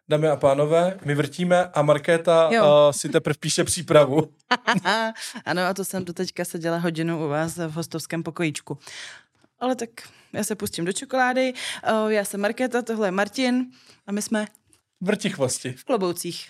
dámy a pánové, my vrtíme a Markéta si teprve píše přípravu. Ano, a to jsem doteďka seděla hodinu u vás v hostovském pokojíčku. Ale tak já se pustím do čokolády. Já jsem Markéta, tohle je Martin a my jsme Vrtichvosti. V kloboucích.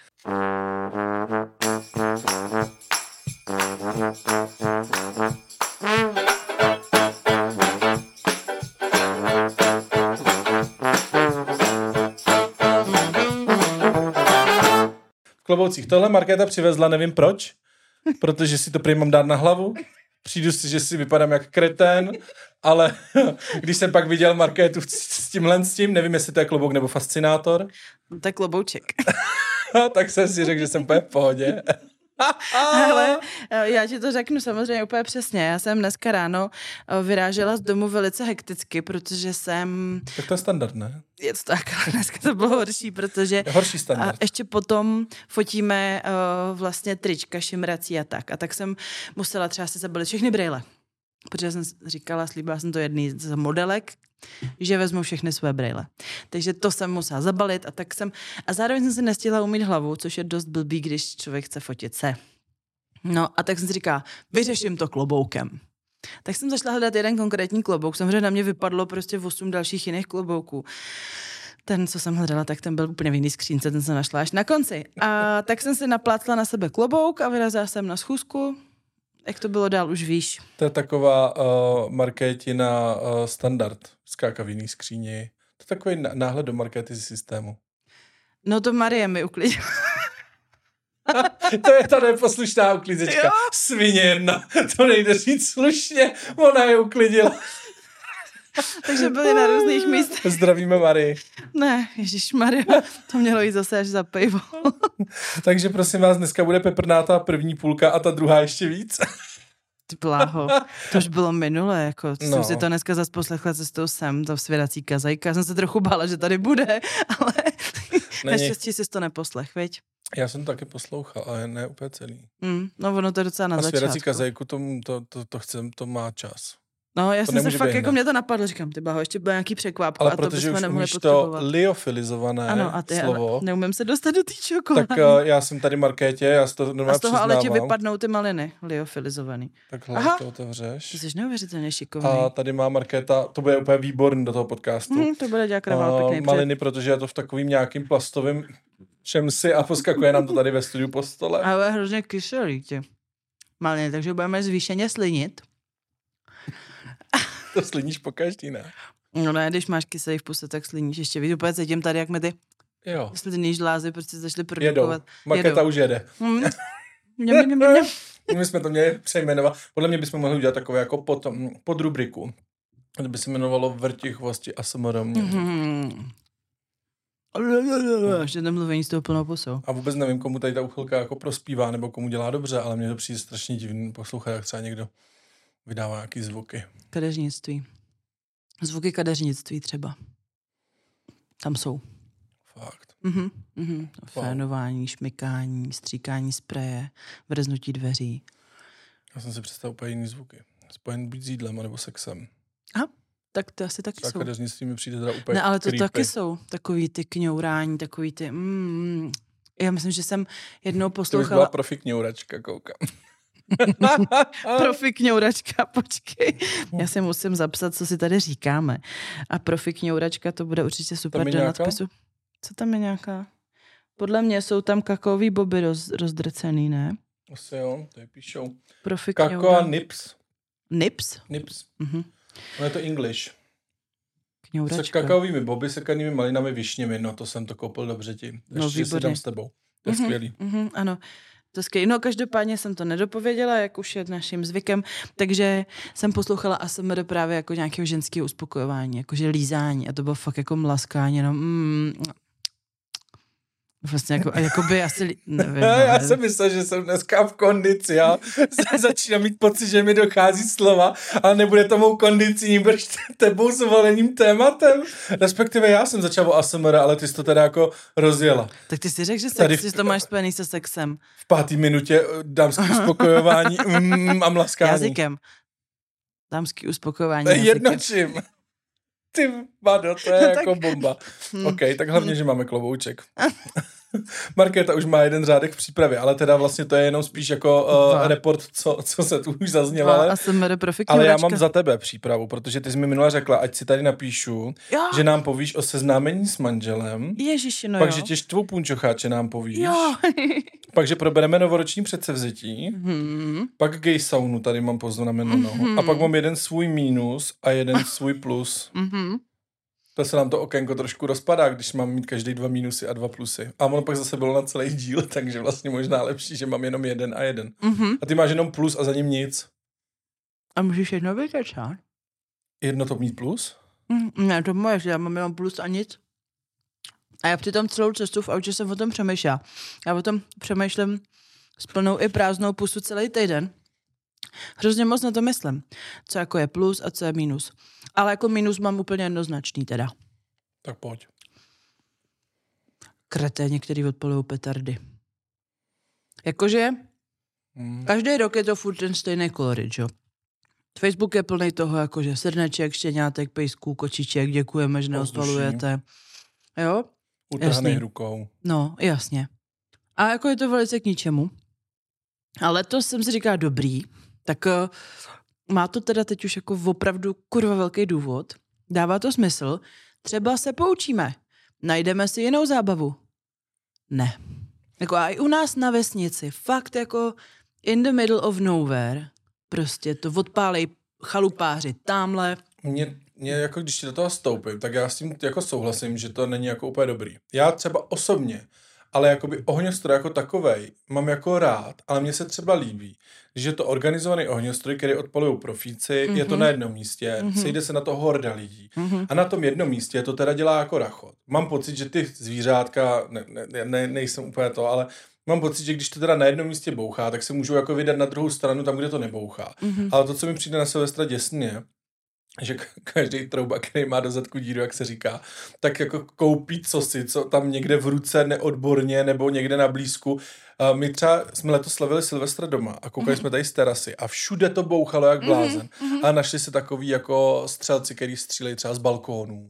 V kloboucích. Tohle Markéta přivezla, nevím proč, protože si to prý mám dát na hlavu. Přijdu si, že si vypadám jak kretén, ale když jsem pak viděl Markétu s tím, nevím, jestli to je klobouk nebo fascinátor. To je klobouček. Tak jsem si řekl, že jsem úplně v pohodě. Ale já ti to řeknu samozřejmě úplně přesně. Já jsem dneska ráno vyrážela z domu velice hekticky, protože jsem... Tak to je standard, ne? Je to tak, ale dneska to bylo horší, protože... Horší standard. A ještě potom fotíme vlastně trička, šimrací a tak. A tak jsem musela třeba si zabalit všechny brejle. Protože jsem říkala, slíbila jsem to jedný z modelek, že vezmu všechny své brejle. Takže to jsem musela zabalit a zároveň jsem si nestihla umýt hlavu, což je dost blbý, když člověk chce fotit se. No a tak jsem si říkala, vyřeším to kloboukem. Tak jsem zašla hledat jeden konkrétní klobouk, samozřejmě na mě vypadlo prostě 8 dalších jiných klobouků. Ten, co jsem hledala, tak ten byl úplně v jiný skřínce, ten jsem našla až na konci. A tak jsem si naplácla na sebe klobouk a vyrazila jsem na schůzku. Jak to bylo dál, už víš. To je taková Markétina standard. Skáka v jiný skříni. To je takový náhled do Markéty systému. No to Marie mi uklidila. To je ta neposlušná uklízečka. Svině jedna. To nejde říct slušně. Ona je uklidila. Takže byli na různých místech. Zdravíme Marii. Ne, ježišmarja, to mělo jít zase až za pivo. Takže prosím vás, dneska bude peprnáta první půlka a ta druhá ještě víc. Ty bláho, to už bylo minule, jako jsem si to dneska zase poslechla cestou sem, to svědací kazajka. Já jsem se trochu bála, že tady bude, ale naštěstí jsi to neposlech, viď? Já jsem to taky poslouchal, ale ne úplně celý. No ono to je docela na začátku. A svědací kazajku, to má čas. No, já jsem se fakt, jako mě to napadlo, říkám, ty bláho, ještě bylo nějaký překvápko ale a to bychom nemohli potřebovat. To liofilizované slovo. Neumím se dostat do té čokolády. Tak já jsem tady Markétě, já si to normálně přiznávám. A z toho ale ti vypadnou ty maliny liofilizovaný. Takhle to otevřeš. Ty jsi neuvěřitelně šikovný. A tady má Markéta, to bude úplně výborný do toho podcastu. To bude dělat krával pěkný. Maliny, protože je to v takovým nějakým plastovým šemsi a poskakuje nám to tady ve studiu po stole. Ale hrozně kyselý ti. Maliny, takže budeme zvýšeně slinit. To sliníš po každý, ne? No ne, když máš kyselý v puse, tak sliníš ještě víc. Úplně cítím tady, jak mi ty sliny žlázy prostě začaly produkovat. Markéta už jede. My jsme to měli přejmenovat. Podle mě bychom mohli udělat takové jako pod rubriku. To by se jmenovalo Vrtichvosti ASMR. Ještě nemluvení s tou plnou pusou. A vůbec nevím, komu tady ta uchylka jako prospívá, nebo komu dělá dobře, ale mně to přijde strašně divný poslouchat, jak třeba někdo vydává nějaký zvuky. Kadeřnictví. Zvuky kadeřnictví třeba. Tam jsou. Fakt. Fénování, šmykání, stříkání spreje, vrznutí dveří. Já jsem si představil úplně jiný zvuky. Spojen buď s jídlem, nebo sexem. Aha, tak to asi taky jsou. Kadeřnictví mi přijde teda úplně ne, ale to creepy. Taky jsou. Takový ty kňourání, takový ty... Já myslím, že jsem jednou poslouchala... To byla profi kňouračka, koukám. Profi kňouračka, počkej. Já si musím zapsat, co si tady říkáme. A profi kňouračka, to bude určitě super do nadpisu. Co tam je nějaká? Podle mě jsou tam kakaový boby rozdrcený, ne? Asi jo, tady píšou. Profi Kako a nips. Nips? Nips. No je to English. Kňouračka. S kakaovými boby, sekanými malinami, višněmi. No to jsem to koupil dobře ti. Ještě si dám s tebou. To je skvělý. Ano. To skvělý. No každopádně jsem to nedopověděla, jak už je naším zvykem, takže jsem poslouchala ASMR právě jako nějakého ženského uspokojování, jakože lízání a to bylo fakt jako mlaskání, jenom vlastně jako by asi, nevím. Já jsem myslel, že jsem dneska v kondici, já začínám mít pocit, že mi dochází slova, ale nebude to mou kondicí, nýbrž tebou zvoleným tématem. Respektive já jsem začal o ASMR, ale ty jsi to teda jako rozjela. Tak ty si řekl, že to máš spojený se sexem. V 5. minutě dámský uspokojování a mlaskání. Jazykem. Dámský uspokojování jazykem. Jednočím. Ty vado, to je No jako tak- bomba. OK, tak hlavně, že máme klobouček. Markéta už má jeden řádek v přípravě, ale teda vlastně to je jenom spíš jako report, co se tu už zaznělo. A jsem profi Ale já kňouračka. mám za tebe přípravu, protože ty jsi mi minule řekla, ať si tady napíšu, Jo. že nám povíš o seznámení s manželem, Ježiši, no pak, jo. že tě štvou punčocháče nám povíš, Jo. pak, že probereme novoroční předsevzetí, pak gay saunu tady mám poznamenanou, a pak mám jeden svůj mínus a jeden svůj plus. To se nám to okénko trošku rozpadá, když mám mít každý 2 mínusy a 2 plusy. A ono pak zase bylo na celý díl, takže vlastně možná lepší, že mám jenom jeden a jeden. A ty máš jenom plus a za ním nic. A můžeš jedno vytečat? Jedno to mít plus? Ne, to můžeš, já mám jenom plus a nic. A já přitom celou cestu v autě jsem o tom přemýšlela. Já o tom přemýšlím s plnou i prázdnou pusu celý týden. Hrozně moc na to myslím. Co jako je plus a co je minus. Ale jako minus mám úplně jednoznačný teda. Tak pojď. Kreténi, který odpalují petardy. Jakože každý rok je to furt ten stejný kolorit, jo. Facebook je plný toho, jakože srneček, štěňátek, pejsků, kočiček, děkujeme, že neodpalujete. Jo? Utrhanej rukou. No, jasně. A jako je to velice k ničemu. A letos jsem si říkala, dobrý, tak má to teda teď už jako opravdu kurva velký důvod. Dává to smysl. Třeba se poučíme. Najdeme si jinou zábavu. Ne. Jako a i u nás na vesnici. Fakt jako in the middle of nowhere. Prostě to odpálej chalupáři tamhle. Mě jako když ti do toho stoupím, tak já s tím jako souhlasím, že to není jako úplně dobrý. Já třeba osobně, ale jakoby ohňostroj jako takovej mám jako rád, ale mně se třeba líbí, že je to organizovaný ohňostroj, který odpalují profíci, je to na jednom místě, sejde se na to horda lidí. A na tom jednom místě to teda dělá jako rachot. Mám pocit, že ty zvířátka, nejsem úplně to, ale mám pocit, že když to teda na jednom místě bouchá, tak se můžou jako vydat na druhou stranu tam, kde to nebouchá. Ale to, co mi přijde na Silvestra děsně, je, že každý trouba, který má do zadku díru, jak se říká, tak jako koupí cosi, co tam někde v ruce neodborně nebo někde na blízku. My třeba jsme letos slavili Silvestra doma a koukali jsme tady z terasy a všude to bouchalo jak blázen. A našli se takový jako střelci, který střílejí třeba z balkónů.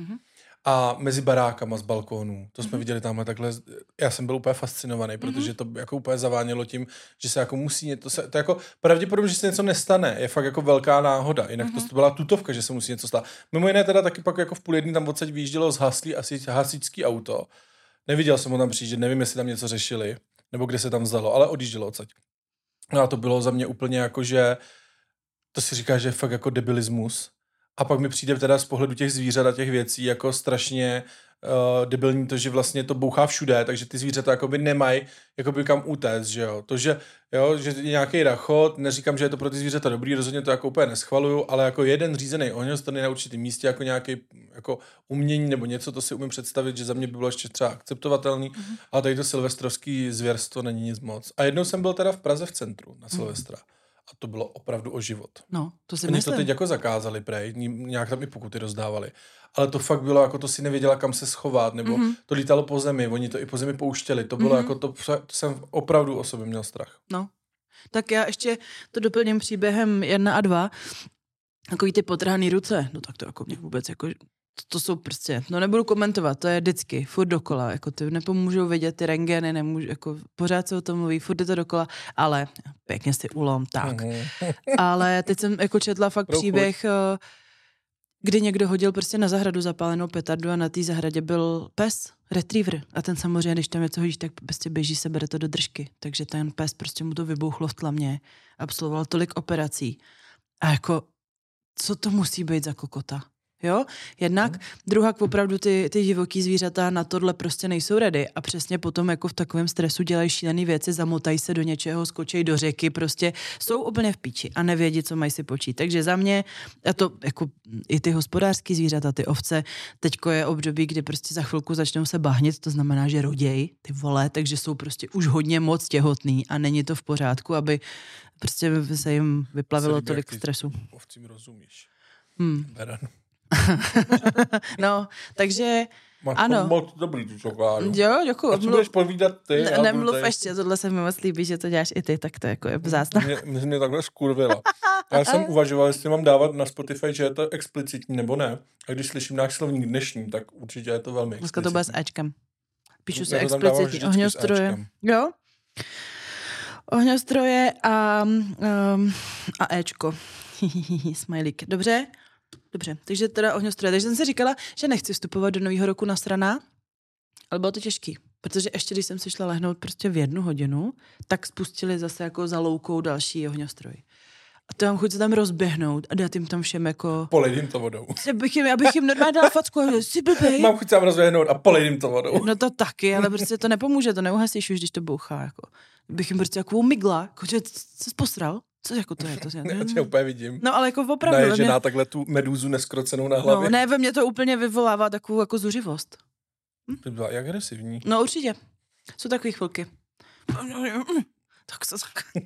A mezi barákama z balkónů. To jsme viděli tamhle takhle. Já jsem byl úplně fascinovaný, protože to jako úplně zavánělo tím, že se jako musí něco, to jako pravděpodobně, že se něco nestane, je fakt jako velká náhoda. Jinak to byla tutovka, že se musí něco stát. Mimo jiné teda taky pak jako v 12:30 tam odsaď vyjíždělo zhaslý hasičský auto. Neviděl jsem ho tam přijíždět, nevím, jestli tam něco řešili, nebo kde se tam vzalo, ale odjíždělo odsaď. No a to bylo za mě úplně jako, že to si říká, že je fakt jako debilismus. A pak mi přijde teda z pohledu těch zvířat a těch věcí jako strašně debilní to, že vlastně to bouchá všude, takže ty zvířata jakoby nemají jakoby kam utéct, že jo. To, že je nějaký rachot, neříkám, že je to pro ty zvířata dobrý, rozhodně to jako úplně neschvaluju, ale jako jeden řízený ohňostroj na určitém místě jako nějaký jako umění nebo něco, to si umím představit, že za mě by bylo ještě třeba akceptovatelný, ale tady to silvestrovský zvěrstvo není nic moc. A jednou jsem byl teda v Praze v centru na Silvestra. A to bylo opravdu o život. No, to si Oni myslím. to teď jako zakázali, prej, nějak tam i pokuty rozdávali. Ale to fakt bylo, jako to si nevěděla, kam se schovat, nebo to lítalo po zemi, oni to i po zemi pouštěli. To bylo jako to jsem opravdu o sobě měl strach. No, tak já ještě to doplním příběhem 1 a 2. Takový ty potrhaný ruce, no tak to jako mě vůbec jako... To jsou prostě, no nebudu komentovat, to je vždycky, furt dokola, jako ty nepomůžou vidět ty rentgeny, nemůžu, jako pořád se o tom mluví, furt je to dokola, ale pěkně si ulom, tak. Ale teď jsem jako četla fakt příběh, kdy někdo hodil prostě na zahradu zapálenou petardu a na té zahradě byl pes, retriever a ten samozřejmě, když tam něco hodíš, tak prostě běží se, bere to do držky, takže ten pes prostě mu to vybouchlo v tlamě, absolvoval tolik operací a jako, co to musí být za kokota? Jo, jednak, druhak opravdu ty divoký zvířata na tohle prostě nejsou ready a přesně potom jako v takovém stresu dělají šílený věci, zamotají se do něčeho, skočí do řeky, prostě jsou úplně v píči a nevědí, co mají si počít. Takže za mě, a to jako i ty hospodářský zvířata, ty ovce, teďko je období, kdy prostě za chvilku začnou se bahnit, to znamená, že roděj, ty vole, takže jsou prostě už hodně moc těhotný a není to v pořádku, aby prostě se jim vyplavilo tolik stresu. Ovcím rozumíš. Hmm. Beran. No, takže Máš ano. moc dobrý tu čokoládu. Jo, děkuju. A co budeš povídat ty? Nemluv ještě, tohle se mi moc líbí, že to děláš i ty, tak to jako je vzácná. Mě takhle skurvila. Já jsem uvažoval, jestli mám dávat na Spotify, že je to explicitní nebo ne. A když slyším náš slovník dnešní, tak určitě je to velmi explicitní. Dneska to bude s Ečkem. Píšu si Já to tam explicitní dávám vždycky s ohňostroje. Ečkem. Jo? Ohňostroje a Ečko. Smajlík. Dobře? Dobře, takže teda ohňostroje. Takže jsem si říkala, že nechci vstupovat do nového roku nasraná, ale bylo to těžký. Protože ještě, když jsem si šla lehnout prostě v 1 hodinu, tak spustili zase jako za loukou další ohňostroj. A to mám chuť se tam rozběhnout a dát jim tam všem jako... Polej jim to vodou. Abych jim normálně dala facku, že jsi blbej. Mám chuť se tam rozběhnout a polej jim to vodou. No to taky, ale prostě to nepomůže, to neuhasíš už, když to bouchá. Jako. Bych jim prostě takovou migla, jako, že jsi posral? Co jako to je? Já tě úplně vidím. No ale jako opravdu. Naježená takhle tu medúzu neskrocenou na hlavě. No ne, ve mně to úplně vyvolává takovou jako zuřivost. To byla i agresivní. No určitě. Jsou takový chvilky. Tak se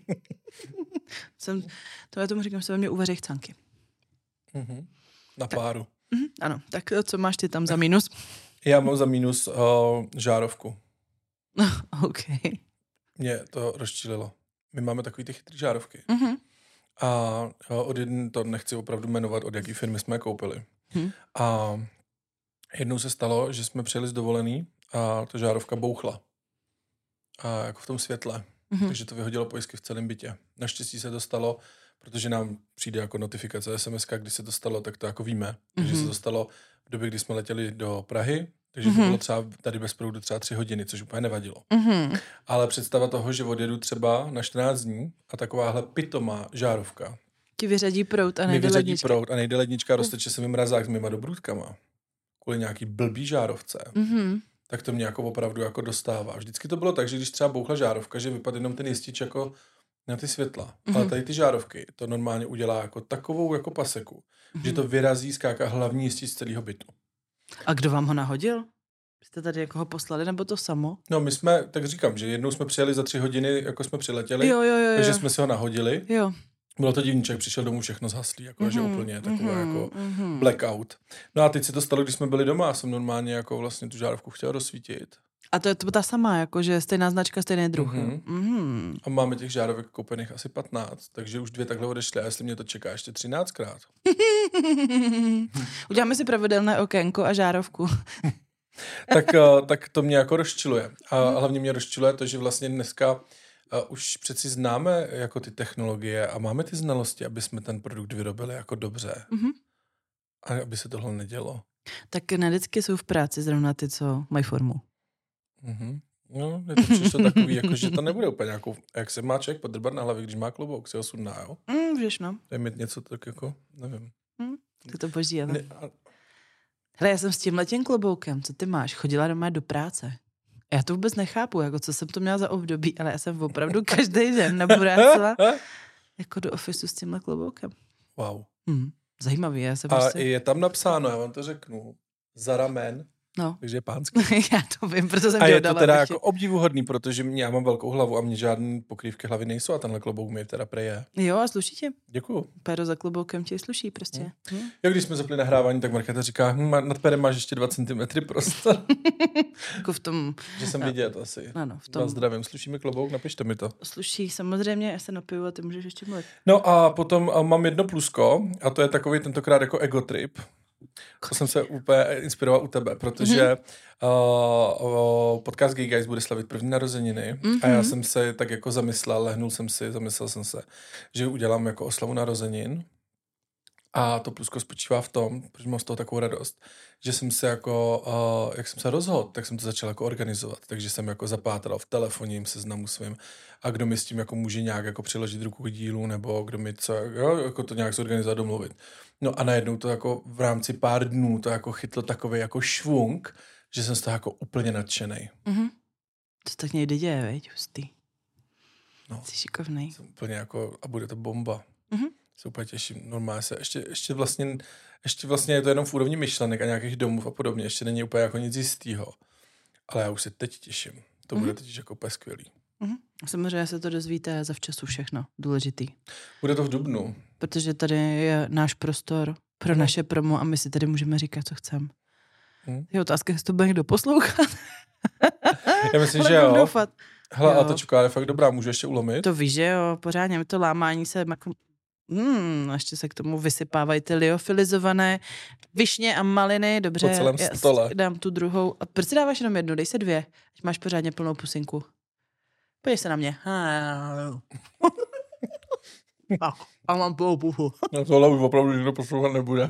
to já tomu říkám, že se ve mně uvaří chcanky. Na páru. Ano, tak co máš ty tam za mínus? Já mám za mínus žárovku. OK. Mě to rozčililo. My máme takový ty chytrý žárovky. A od jedné to nechci opravdu jmenovat, od jaký firmy jsme je koupili. A jednou se stalo, že jsme přijeli z dovolený a ta žárovka bouchla. A jako v tom světle. Takže to vyhodilo pojistky v celém bytě. Naštěstí se to stalo, protože nám přijde jako notifikace SMS, když se to stalo, tak to jako víme. Takže se to stalo v době, kdy jsme letěli do Prahy, takže to bylo třeba tady bez proudu třeba 3 hodiny, což úplně nevadilo. Ale představa toho, že odjedu třeba na 14 dní a takováhle pitomá žárovka. Ti vyřadí proud a nejde lednička. Proud a nejde lednička, rozteče se mi mrazák s mýma dobrůdkama. Kvůli nějaký blbý žárovce. Tak to mě jako opravdu jako dostává. Vždycky to bylo tak, že když třeba bouchla žárovka, že vypadl jenom ten jistič jako na ty světla. Ale tady ty žárovky to normálně udělá jako takovou jako paseku, že to vyrazí, skáká hlavní jistič z celého bytu. A kdo vám ho nahodil? Jste tady jako ho poslali, nebo to samo? No my jsme, tak říkám, že jednou jsme přijeli za 3 hodiny, jako jsme přiletěli, jo. takže jsme si ho nahodili. Jo. Bylo to divníček, přišel domů všechno zhaslý, jako, že úplně takové jako blackout. No a teď se to stalo, když jsme byli doma, jsem normálně jako vlastně tu žárovku chtěl rozsvítit. A to je ta sama, jako že stejná značka, stejný druh. A máme těch žárovek koupených asi 15, takže už 2 takhle odešly a jestli mě to čeká ještě 13krát. Uděláme si pravidelné okénko a žárovku. tak to mě jako rozčiluje. A hlavně mě rozčiluje to, že vlastně dneska už přeci známe jako ty technologie a máme ty znalosti, aby jsme ten produkt vyrobili jako dobře. A aby se tohle nedělo. Tak ne vždycky jsou v práci zrovna ty, co mají formu. No, je to přišlo takový, jako, že to nebude úplně jako, jak se má člověk podrbat na hlavě, když má klobouk, si ho sundá, jo? Víš, no. To je mít něco tak jako, nevím. Tak to boží, ale... Hele, já jsem s tímhletím kloboukem, co ty máš, chodila doma do práce. Já to vůbec nechápu, jako co jsem to měla za období, ale já jsem opravdu každý den naburácela jako do ofisu s tímhle kloboukem. Wow. Zajímavý, já jsem A prostě... je tam napsáno, já vám to řeknu, Zara Men, no. Takže je pánský. Já to vím, proto jsem a je to dala teda jako obdivuhodný, protože já mám velkou hlavu a mě žádný pokrývky hlavy nejsou a tenhle klobouk mi teda prej je. Jo, a sluší ti. Děkuju. Péro za kloboukem ti sluší prostě. Jak když jsme zapli nahrávání, tak Markéta říká, nad pérem máš ještě 2 cm prostor. Jako v tom... Že jsem vidět asi. Ano, v tom... Zdravím, sluší mi klobouk, napište mi to. Sluší, samozřejmě, já se napiju a ty můžeš ještě mluvit. No a potom mám jedno plusko a to je takový tentokrát jako ego trip. To jsem se úplně inspiroval u tebe, protože podcast Gay Guys bude slavit 1. narozeniny a já jsem se tak jako zamyslel jsem se, že udělám jako oslavu narozenin a to plusko spočívá v tom, protože mám z toho takovou radost, že jsem se jako, jak jsem se rozhodl, tak jsem to začal jako organizovat, takže jsem jako zapátral v telefonním seznamu svým a kdo mi s tím jako může nějak jako přiložit ruku k dílu nebo kdo mi co, jo, jako to nějak zorganizovat, domluvit. No a najednou to jako v rámci pár dnů to jako chytlo takový jako švung, že jsem z toho jako úplně nadšenej. To tak někdy děje, veď, hustý. No. Jsi šikovnej. Jsem úplně jako, a bude to bomba. Se úplně těším. Normálně se, ještě vlastně je to jenom v úrovni myšlenek a nějakých domů a podobně. Ještě není úplně jako nic jistýho. Ale já už se teď těším. To bude teď jako úplně skvělý. Samozřejmě se to dozvíte zavčasu všechno důležitý. Bude to v dubnu. Protože tady je náš prostor pro naše promo a my si tady můžeme říkat, co chceme. Je otázka, jestli to bude někdo poslouchat. Já myslím, že jo. Doufat. Hele, a ta čokoláda je fakt dobrá, můžu ještě ulomit? To víš, že jo, pořádně to lámání se jako... ještě se k tomu vysypávají ty liofilizované višně a maliny, dobře. Po celém stole. Dám tu druhou. A proč si dáváš jenom jednu? Dej se 2, ať máš pořádně plnou pusinku. Podívej se na mě. A mám plnou pusu. No tohle už opravdu nikdo poslouchat nebude.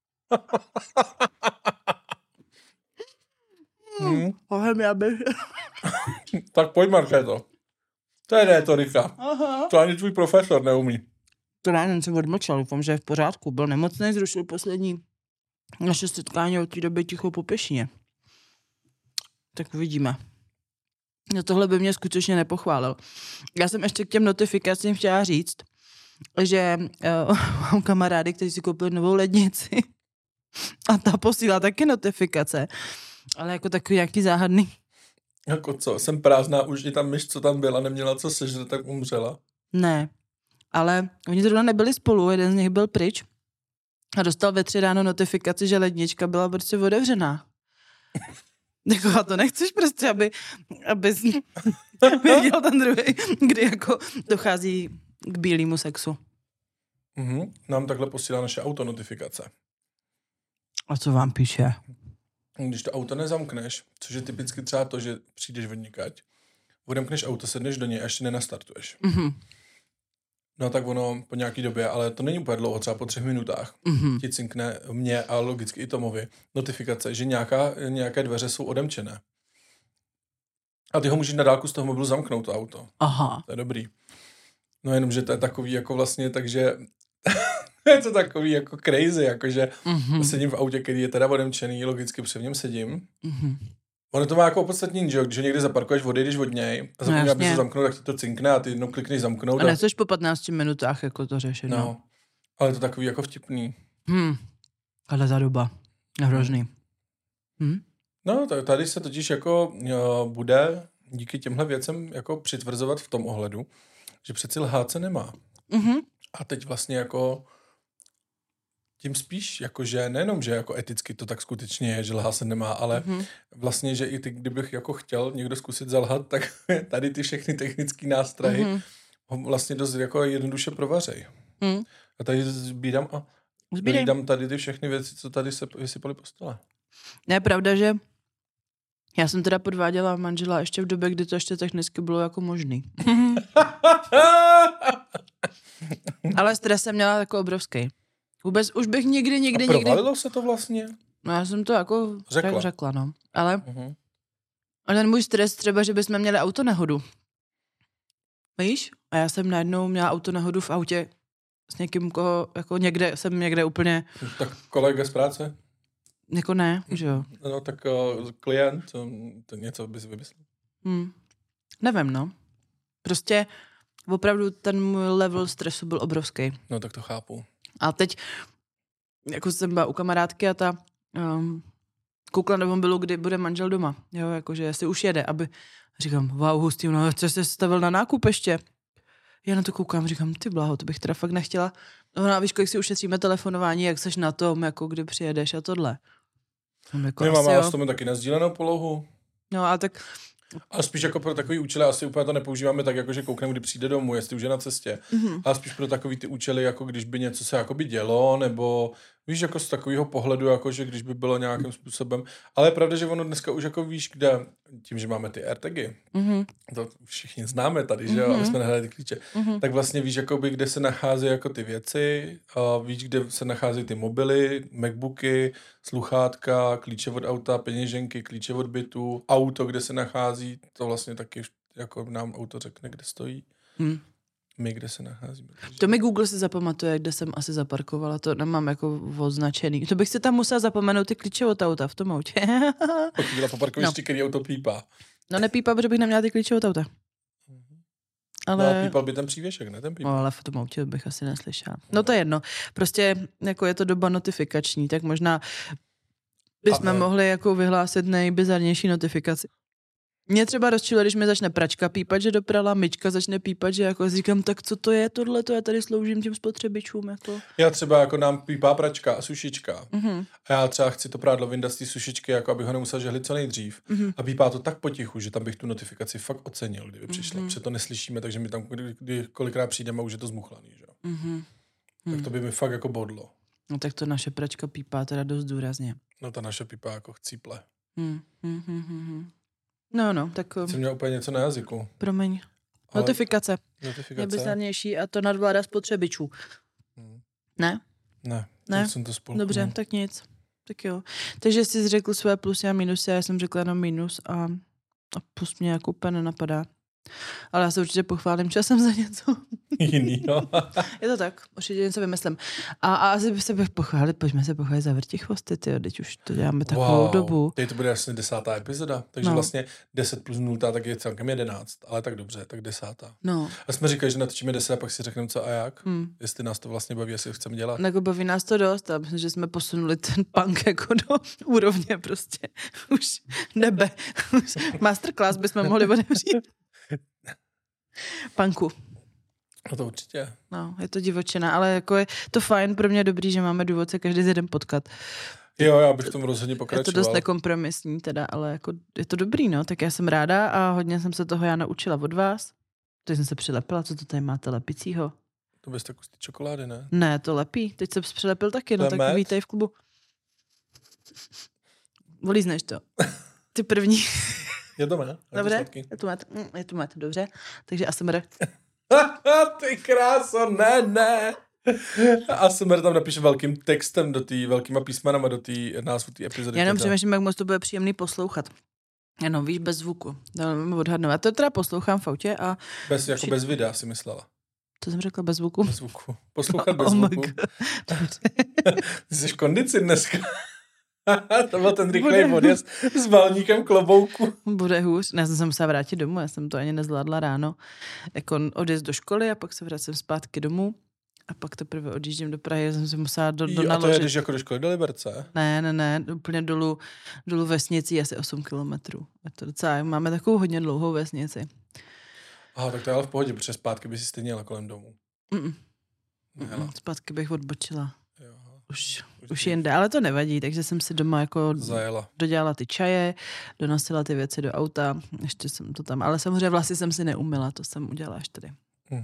Tak pojď, Markéto. To je rétorika. To ani tvůj profesor neumí. To ráno jsem odmlčel, doufám, že je v pořádku. Byl nemocný, zrušil poslední naše setkání od té doby tichou po pěšině. Tak uvidíme. No tohle by mě skutečně nepochválil. Já jsem ještě k těm notifikacím chtěla říct, že mám kamarády, kteří si koupili novou lednici a ta posílá taky notifikace, ale jako takový nějaký záhadný. Jako co? Jsem prázdná, už i ta myš, co tam byla, neměla co sežrat, tak umřela. Ne, ale oni zrovna nebyli spolu, jeden z nich byl pryč a dostal ve 3 ráno notifikaci, že lednička byla prostě otevřená. Jako a to nechceš prostě, aby věděl ten druhý, kdy jako dochází k bílému sexu. Nám takhle posílá naše auto notifikace. A co vám píše? Když to auto nezamkneš, což je typicky třeba to, že přijdeš odnikať, odemkneš auto, sedneš do něj a ještě nenastartuješ. No tak ono po nějaký době, ale to není úplně dlouho, třeba po 3 minutách, ti cinkne mě a logicky i Tomovi notifikace, že nějaké dveře jsou odemčené. A ty ho můžeš na dálku z toho mobilu zamknout, to auto. Aha. To je dobrý. No jenom, že to je takový jako vlastně, takže je to takový jako crazy, jakože sedím v autě, který je teda odemčený, logicky před něm sedím. Ono to má jako opodstatnění, že když ho někde zaparkuješ, odejdeš od něj a zapomínáš, aby se zamknout, tak ti to cinkne a ty jednou klikneš zamknout. A nechceš po 15 minutách jako to řešit. No, ale je to takový jako vtipný. Ale za doba. Hrozný. No, tady se totiž jako bude díky těmhle věcem jako přitvrzovat v tom ohledu, že přeci lhát se nemá. A teď vlastně jako tím spíš, jakože nejenom, že jako eticky to tak skutečně je, že lhát se nemá, ale vlastně, že i ty, kdybych jako chtěl někdo zkusit zalhat, tak tady ty všechny technické nástrahy ho vlastně dost jako jednoduše provařej. A tady sbírám tady ty všechny věci, co tady se vysypaly po stole. Ne, pravda, že já jsem teda podváděla manžela ještě v době, kdy to ještě technicky bylo jako možný. Ale stres jsem měla jako obrovský. Vůbec už bych nikdy... A provalilo se to vlastně? No já jsem to jako řekla no. Ale A ten můj stres třeba, že bychom měli autonehodu. Víš? A já jsem najednou měla autonehodu v autě s někým, koho jako někde úplně... Tak kolega z práce? Jako ne, že jo. No tak klient, to něco by si vymyslel. Nevím, no. Prostě opravdu ten můj level stresu byl obrovský. No tak to chápu. A teď, jako jsem byla u kamarádky a ta koukla na mobilu, kdy bude manžel doma. Jo, jakože jestli už jede, aby... Říkám, wow, hustý, no, co jsi stavil na nákup ještě? Já na to koukám, říkám, ty bláho, to bych teda fakt nechtěla. No a víš, kolik si ušetříme telefonování, jak seš na tom, jako kdy přijedeš a tohle. Jako my máme s tomu taky nasdílenou polohu. No a tak... Ale spíš jako pro takový účely asi úplně to nepoužíváme tak, jako že koukneme, kdy přijde domů, jestli už je na cestě. Ale spíš pro takový ty účely, jako když by něco se jakoby dělo, nebo víš, jako z takového pohledu, jako že když by bylo nějakým způsobem. Ale je pravda, že ono dneska už jako víš, kde, tím, že máme ty AirTagy, to všichni známe tady, že jo, aby jsme nehledali ty klíče, tak vlastně víš, jakoby, kde se nachází jako ty věci, a víš, kde se nachází ty mobily, MacBooky, sluchátka, klíče od auta, peněženky, klíče od bytu, auto, kde se nachází, to vlastně taky jako nám auto řekne, kde stojí. My, kde se nacházíme. To mi Google si zapamatuje, kde jsem asi zaparkovala, to nemám jako označený. To bych si tam musela zapomenout ty klíče od auta v tom autě. Pokud byla po parkovišti, který auto pípá. No nepípá, protože bych neměla ty klíče od auta. Ale... No, pípal by ten přívěšek, ne ten pípal. No, ale v tom autě bych asi neslyšela. No to je jedno. Prostě jako je to doba notifikační, tak možná bychom mohli jako vyhlásit nejbizarnější notifikaci. Mě třeba rozčilo, když mi začne pračka pípat, že doprala, myčka začne pípat, že jako říkám, tak co to je tohle, to já tady sloužím těm spotřebičům. Jako. Já třeba jako nám pípá pračka a sušička. A já třeba chci to prádlo vyndat z té sušičky, jako abych ho nemusel žehlit co nejdřív. A pípá to tak potichu, že tam bych tu notifikaci fakt ocenil, kdyby přišla. Protože to neslyšíme, takže my tam kolikrát přijdeme a už je to zmuchlaný. Že? Tak to by mi fakt jako bodlo. No tak to naše pračka pípá teda dost důrazně. No ta naše pípá jako chcíple. No, tak... Jsem měl úplně něco na jazyku. Promiň. Ale... Notifikace. Je bizarnější a to nadvláda spotřebičů. Ne? Ne? Jsem to spolknul. Dobře, tak nic. Tak jo. Takže jsi řekl své plusy a minusy a já jsem řekla jenom minus a plus mě jako úplně nenapadá. Ale já se určitě pochválím časem za něco. Jinýho. Je to tak, určitě něco vymyslím. A asi by se bych pochválit, pojďme se pochválit za Vrtichvosty, tyjo, teď už to děláme takovou dobu. Teď to bude asi 10. epizoda, takže vlastně 10 plus 0, tak je celkem 11, ale tak dobře, tak 10. No. A jsme říkali, že natočíme 10 a pak si řekneme co a jak, jestli nás to vlastně baví, jestli chceme dělat. Jako baví nás to dost a myslím, že jsme posunuli ten punk jako do úrovně prostě. Už nebe. Masterclass bychom mohli otevřít. Punku. No to určitě. No, je to divočina, ale jako je to fajn, pro mě dobrý, že máme důvod se každý z jeden potkat. Jo, já bych v tom rozhodně pokračoval. Je to dost nekompromisní teda, ale jako je to dobrý, no, tak já jsem ráda a hodně jsem se toho já naučila od vás. Teď jsem se přilepila, co to tady máte lepicího? To bez takový čokolády, ne? Ne, to lepí, teď jsem přilepil taky, no tak vítej v klubu. Volízneš to. Ty první. Je to mé. Dobře, je to mé, dobře. Takže ASMR. Ty kráso, ne. ASMR tam napíše velkým textem velkýma písmenama do té názvu té epizody. Já jenom přemýšlím, jak moc to bude příjemný poslouchat. Jenom víš, bez zvuku. Odhadnout. Já to teda poslouchám v autě a... Bez videa si myslela. To jsem řekla bez zvuku? Bez zvuku. Poslouchat bez zvuku. Ty jsi v kondici dneska. To byl ten rychlej odjezd s balníkem klobouku. Bude hůř. Já jsem se musela vrátit domů, já jsem to ani nezvládla ráno. Jako odjezd do školy a pak se vracím zpátky domů a pak teprve odjíždím do Prahy, já jsem se musela do naložit. A to jedeš jako do školy do Liberce? Ne, úplně dolů vesnicí asi 8 kilometrů. To docela, máme takovou hodně dlouhou vesnici. Aha, tak to je ale v pohodě, protože zpátky by si stejně jela kolem domů. Zpátky bych odbočila. Už jinde, ale to nevadí, takže jsem si doma jako dodělala ty čaje, donosila ty věci do auta, ještě jsem to tam, ale samozřejmě vlasy jsem si neumyla, to jsem udělala až tady.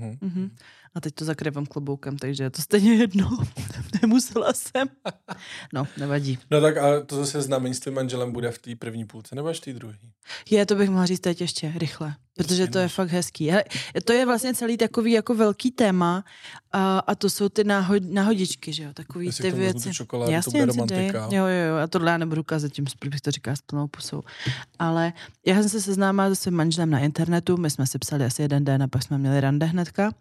A teď to zakryvám kloboukem, takže je to stejně jedno. Nemusela jsem. No, nevadí. No tak a to zase znamení s tvým manželem bude v té první půlce, nebo až v té druhé? To bych mohla říct teď ještě rychle, protože to je fakt hezký. Hele, to je vlastně celý takový jako velký téma a to jsou ty náhodičky, že jo, takový jestli ty věci. Čokoládu, jasně, to bude romantika. Jo, a tohle já nebudu kazat tím, bych to říká s plnou pusou. Ale já jsem se seznámila se svým manželem na internetu, my jsme si psali asi jeden den a pak jsme měli rande hnedka.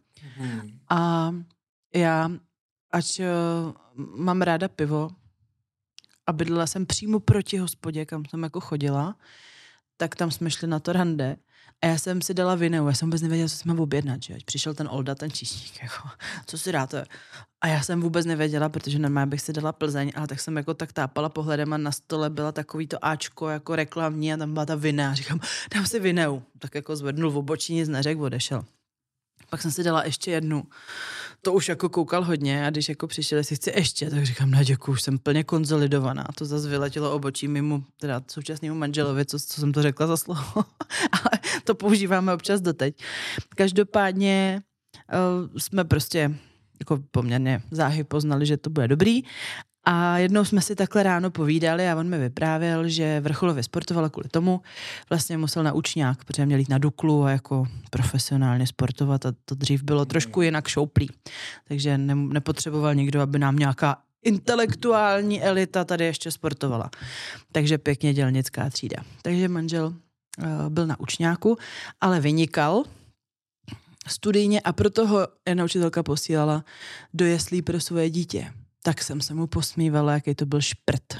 A já, ať mám ráda pivo a bydlela jsem přímo proti hospodě, kam jsem jako chodila, tak tam jsme šli na to rande a já jsem si dala vineu, já jsem vůbec nevěděla, co si mám objednat, že? Přišel ten Olda, ten číšník, jako, co si dáte? A já jsem vůbec nevěděla, protože normálně bych si dala Plzeň, ale tak jsem jako tak tápala pohledem a na stole byla takový to áčko jako reklamní a tam byla ta vinea a říkám, dám si vineu. Tak jako zvednul v obočí, nic neřekl, odešel. Pak jsem si dala ještě jednu. To už jako koukal hodně a když jako přišel, jestli chci ještě, tak říkám, ne děkuju, už jsem plně konzolidovaná. To zase vyletělo obočí mimo teda současnému manželovi, co jsem to řekla za slovo. Ale to používáme občas doteď. Každopádně jsme prostě jako poměrně záhy poznali, že to bude dobrý. A jednou jsme si takhle ráno povídali a on mi vyprávěl, že vrcholově sportoval kvůli tomu. Vlastně musel na učňák, protože měl jít na Duklu a jako profesionálně sportovat a to dřív bylo trošku jinak šouplý. Takže nepotřeboval nikdo, aby nám nějaká intelektuální elita tady ještě sportovala. Takže pěkně dělnická třída. Takže manžel byl na učňáku, ale vynikal studijně a proto ho jedna učitelka posílala do jeslí pro svoje dítě. Tak jsem se mu posmívala, jaký to byl šprt.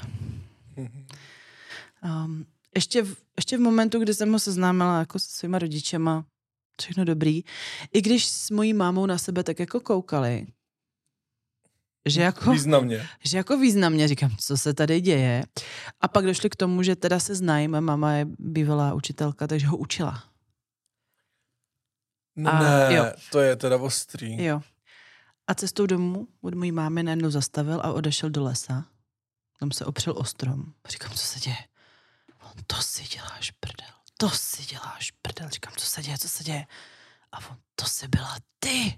Ještě v momentu, kdy jsem ho seznámila jako se svýma rodičema, všechno dobrý, i když s mojí mámou na sebe tak jako koukali, že jako významně, říkám, co se tady děje. A pak došli k tomu, že teda se znají, mama je bývalá učitelka, takže ho učila. Ne, to je teda ostrý. Jo. A cestou domů od mojí mámy najednou zastavil a odešel do lesa. Tam se opřel o strom. Říkám, co se děje? To si děláš prdel. Říkám, co se děje? A on, to si byla ty.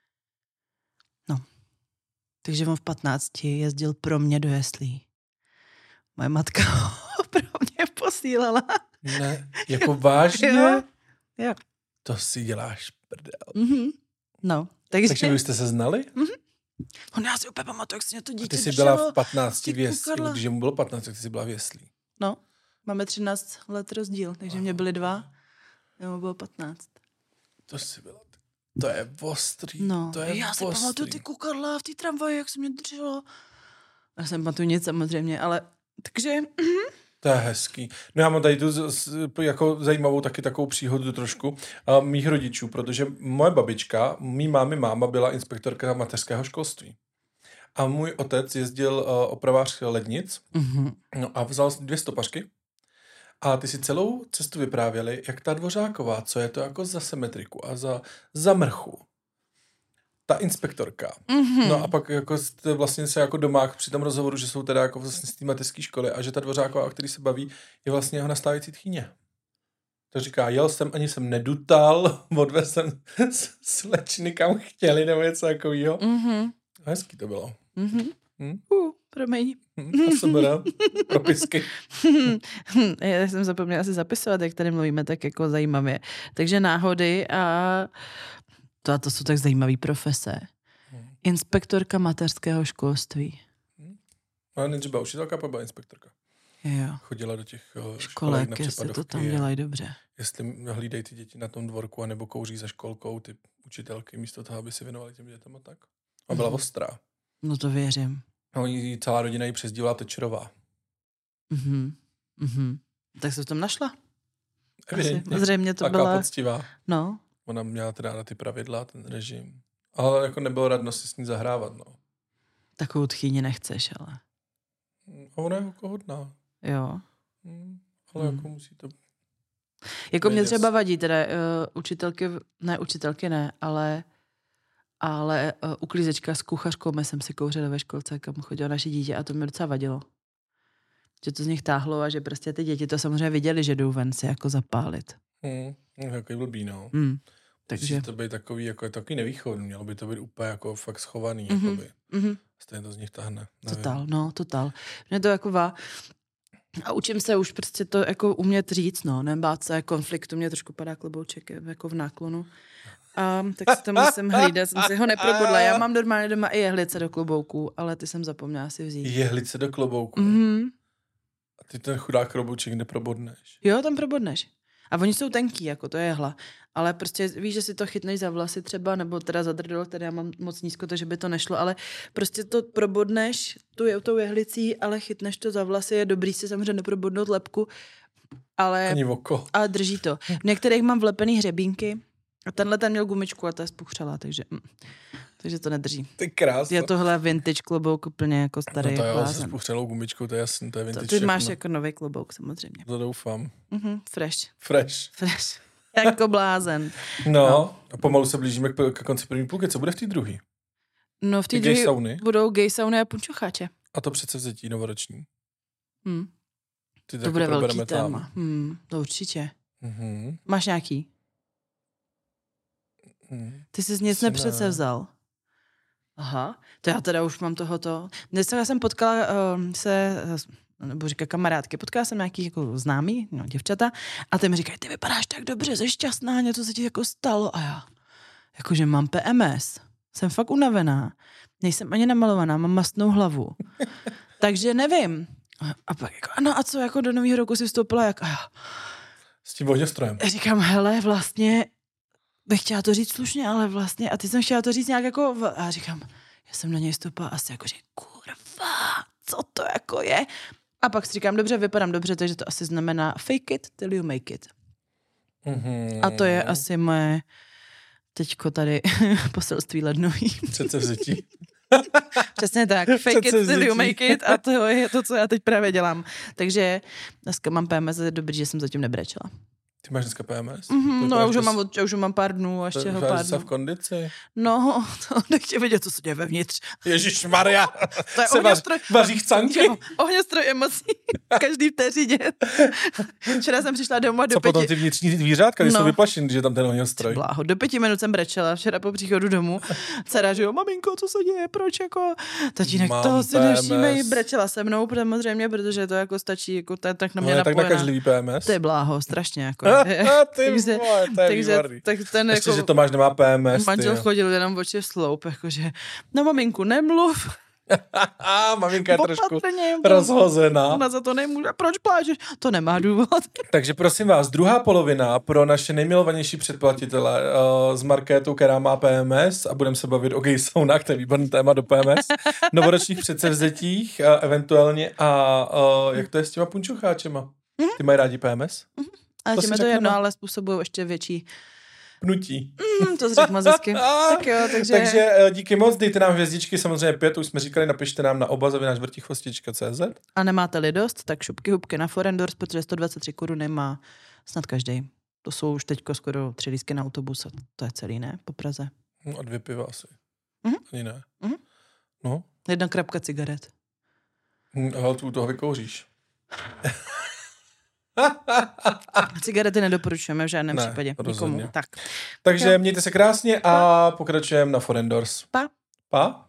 No. Takže on v 15 jezdil pro mě do jeslí. Moje matka ho pro mě posílala. Ne, jako vážně? Jo. To si děláš prdel. Mm-hmm. No. Takže vy jste se znali? Mm-hmm. Já si úplně pamatuju, jak se mě to dítě Ty jsi byla v 15 v jeslí. Když mu bylo 15, tak ty jsi byla v jeslí. No, máme 13 let rozdíl, takže mě byly 2, mu bylo 15. To si byla. To je ostrý. No, to je já si pamatuju ty kukadla v té tramvaji, jak se mě drželo. Já jsem pamatuju nic samozřejmě, ale takže... To je hezký. No já mám tady tu jako zajímavou taky takovou příhodu trošku mých rodičů, protože moje babička, mý máma byla inspektorka mateřského školství. A můj otec jezdil opravář lednic no a vzal 2 stopařky a ty si celou cestu vyprávěli, jak ta Dvořáková, co je to jako za symetriku a za mrchu. Ta inspektorka. Mm-hmm. No a pak jako vlastně se jako domách při tom rozhovoru, že jsou teda jako vlastně z té mateřské školy a že ta Dvořáková, o který se baví, je vlastně jeho nastávající tchýně. To říká, jel jsem, ani jsem nedutal, odvez jsem slečny kam chtěli, nebo něco takového. Mm-hmm. Hezký to bylo. Mm-hmm. Promiň. A jsem rád. Propisky. Já jsem zapomněla asi zapisovat, jak tady mluvíme, tak jako zajímavě. Takže náhody a to jsou tak zajímavé profese. Inspektorka mateřského školství. No, nejdřív byla učitelka, pak byla inspektorka. Jo. Chodila do těch školek na jestli to tam dělají dobře. Jestli hlídají ty děti na tom dvorku, anebo kouří za školkou ty učitelky, místo toho, aby si věnovali těm dětem a tak. A byla ostrá. No to věřím. No, celá rodina ji přezdívala Tečerová. Tak se v tom našla? Evidentně. Zřejmě to taková byla... poctivá. No. Ona měla teda na ty pravidla, ten režim. Ale jako nebylo radno si s ní zahrávat, no. Takovou tchýni nechceš, ale. A ona je jako hodná. Jo. Ale jako musí to... Jako mě třeba vadí teda učitelky ne, ale uklízečka s kuchařkou, my jsem si kouřila ve školce, kam chodilo naše dítě a to mi docela vadilo. Že to z nich táhlo a že prostě ty děti to samozřejmě viděli, že jdou ven si jako zapálit. Takový blbý, no. Takže... Musí to být takový, jako takový nevýchovný, mělo by to být úplně jako fakt schovaný, jakoby. Stejně to z nich tahne. Total. Mě to jako a učím se už prostě to jako umět říct, no, nebát se konfliktu, mě trošku padá klobouček jako v náklonu. Tak si to musím hlídat, jsem si ho neprobudla. Já mám normálně doma i jehlice do klobouků, ale ty jsem zapomněla si vzít. Jehlice do klobouků? A ty ten chudák klobouček neprobodneš? Jo, tam probodneš. A oni jsou tenký, jako to je jehla. Ale prostě víš, že si to chytneš za vlasy třeba, nebo teda za drdol, tady já mám moc nízko, takže by to nešlo, ale prostě to probodneš tou jehlicí, ale chytneš to za vlasy, je dobrý si samozřejmě neprobodnout lebku, ale... Ani oko. Ale drží to. V některých mám vlepený hřebínky a tenhle ten měl gumičku a ta je spuchřela, takže to nedrží. Ty krásno. Je tohle vintage klobouk úplně jako starý. No to jo, se spuchřelou gumičkou, to je jasný, to je vintage. Ty máš jako nový klobouk samozřejmě. To doufám. Fresh. Jako blázen. No, a pomalu se blížíme k konci první půlky. Co bude v té druhé? No v té druhé budou gay sauny a punčocháče. A to přece vzetí novoroční. To bude velký téma. To určitě. Máš nějaký? Ty jsi nic nepředsevzal. Aha, to já teda už mám tohoto. Dneska já jsem potkala nebo říká kamarádky, potkala jsem nějaký jako známý, děvčata, a ty mi říkají, ty vypadáš tak dobře, jsi šťastná, něco se ti jako stalo. A já, jakože mám PMS, jsem fakt unavená, nejsem ani namalovaná, mám mastnou hlavu. Takže nevím. A pak jako, ano, a co, jako do nového roku si vstoupila, jak a já. S tím ohňostrojem. Říkám, hele, vlastně bych chtěla to říct slušně, ale vlastně, a ty jsem chtěla to říct nějak jako, a říkám, já jsem na něj vstoupila asi jako, že kurva, co to jako je? A pak si říkám, dobře, vypadám dobře, takže to asi znamená fake it till you make it. A to je asi moje teďko tady poselství lednový. Předsevzetí. Přesně tak. Fake it till you make it a to je to, co já teď právě dělám. Takže dneska mám PMS, je dobrý, že jsem zatím nebrečela. Ty máš dneska PMS? No, já už ho mám pár dnů a ještě ho pár dnů. v kondici? No, to nechci vědět, co se děje vevnitř. Ježišmarja, to je vaří chcanky? Ohňostroj emocí, každý vteřině. Včera jsem přišla domů a do 5... Co potom ty vnitřní zvířátka, když jsou vyplašený, že tam ten ohňostroj? Bláho, do 5 minut jsem brečela včera po příchodu domů. Dcera, že jo, maminko, co se děje, proč jako... Tatínek, toho si nevšímej, brečela se mnou, samozřejmě, protože to jako stačí, jako tak na mě napojená. Tak nakažlivý PMS? To je bláho, strašně jako. Ještě, že Tomáš nemá PMS. Manžel chodil jenom oči v sloup, jakože na maminku nemluv. Maminka je trošku rozhozená. Ona za to nemůže. Proč pláčeš? To nemá důvod. Takže prosím vás, druhá polovina pro naše nejmilovanější předplatitele s Markétou, která má PMS a budeme se bavit o gay saunách, to je výborný téma do PMS, novoročních předsevzetích eventuálně a jak to je s těma punčocháčema? Ty mají rádi PMS? Ale těm je to jedno, ale způsobují ještě větší pnutí. To jsi řekl moc hezky. Tak jo, takže díky moc, dejte nám hvězdičky, samozřejmě 5, už jsme říkali, napište nám na oba@vrtichvostička.cz. A nemáte-li dost, tak šupky hubky na Forendors, protože 123 koruny má snad každý. To jsou už teďko skoro 3 lístky na autobus a to je celý, ne? Po Praze. No a 2 piva asi. Ani ne. No. 1 krabka cigaret. Ale tu toho vykouříš. Cigarety nedoporučujeme v žádném případě nikomu. Tak. Takže mějte se krásně a pokračujeme na Forendors. Pa. Pa.